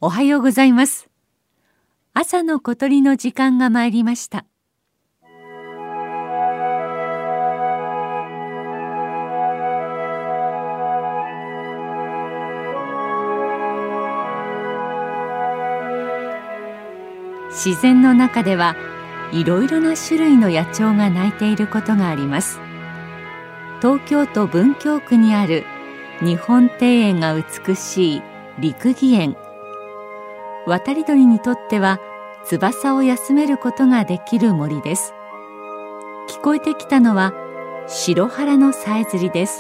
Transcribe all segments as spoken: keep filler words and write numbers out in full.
おはようございます。朝の小鳥の時間が参りました。自然の中ではいろいろな種類の野鳥が鳴いていることがあります。東京都文京区にある日本庭園が美しい六義園。渡り鳥にとっては翼を休めることができる森です。聞こえてきたのはシロハラのさえずりです。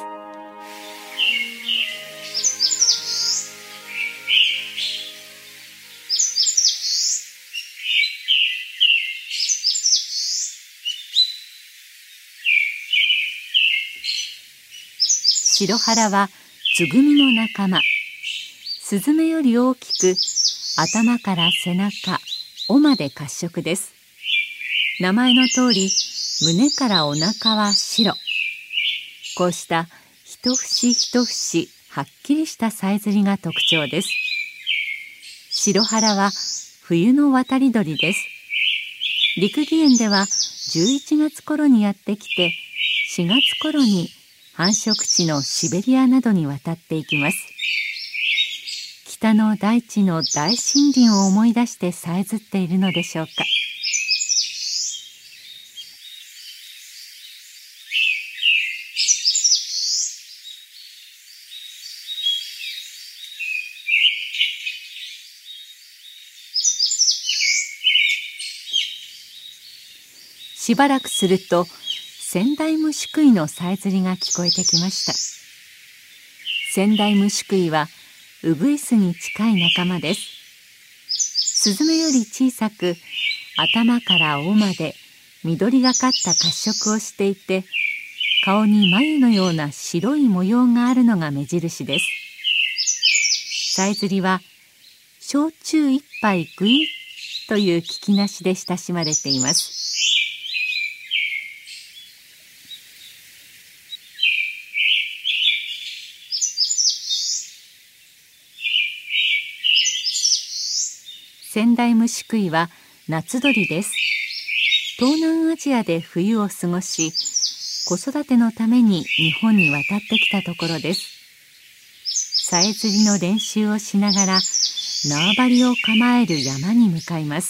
シロハラはツグミの仲間。スズメより大きく、頭から背中、尾まで褐色です。名前の通り、胸からお腹は白。こうした一節一節はっきりしたさえずりが特徴です。シロハラは冬の渡り鳥です。六義園ではじゅういちがつ頃にやってきて、しがつ頃に繁殖地のシベリアなどに渡っていきます。北の大地の大森林を思い出してさえずっているのでしょうか。しばらくするとセンダイムシクイのさえずりが聞こえてきました。センダイムシクイはウグイスに近い仲間です。スズメより小さく、頭から尾まで緑がかった褐色をしていて、顔に眉のような白い模様があるのが目印です。さえずりは焼酎一杯グイッという聞きなしで親しまれています。センダイムシクイは夏鳥です。東南アジアで冬を過ごし、子育てのために日本に渡ってきたところです。さえずりの練習をしながら縄張りを構える山に向かいます。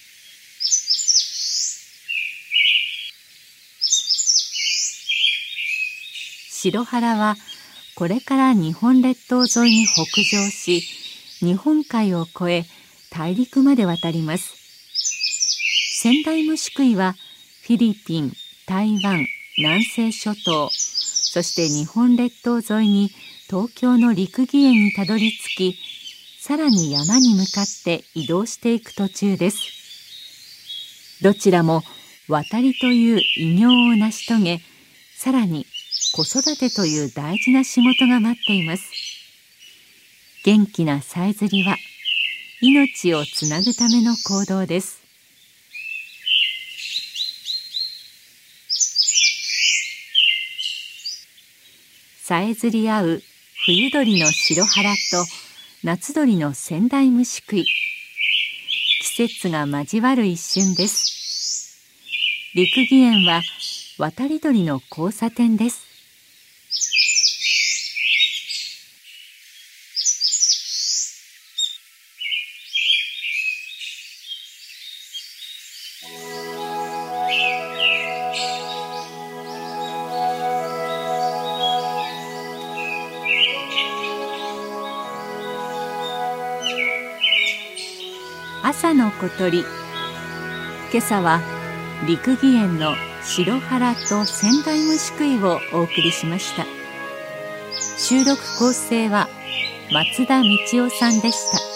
シロハラはこれから日本列島沿いに北上し、日本海を越え大陸まで渡ります。センダイムシクイはフィリピン、台湾、南西諸島、そして日本列島沿いに東京の六義園にたどり着き、さらに山に向かって移動していく途中です。どちらも渡りという偉業を成し遂げ、さらに子育てという大事な仕事が待っています。元気なさえずりは命をつなぐための行動です。さえずり合う冬鳥のシロハラと夏鳥のセンダイムシクイ。季節が交わる一瞬です。六義園は渡り鳥の交差点です。朝の小鳥。今朝は六義園のシロハラとセンダイムシクイをお送りしました。収録構成は松田道夫さんでした。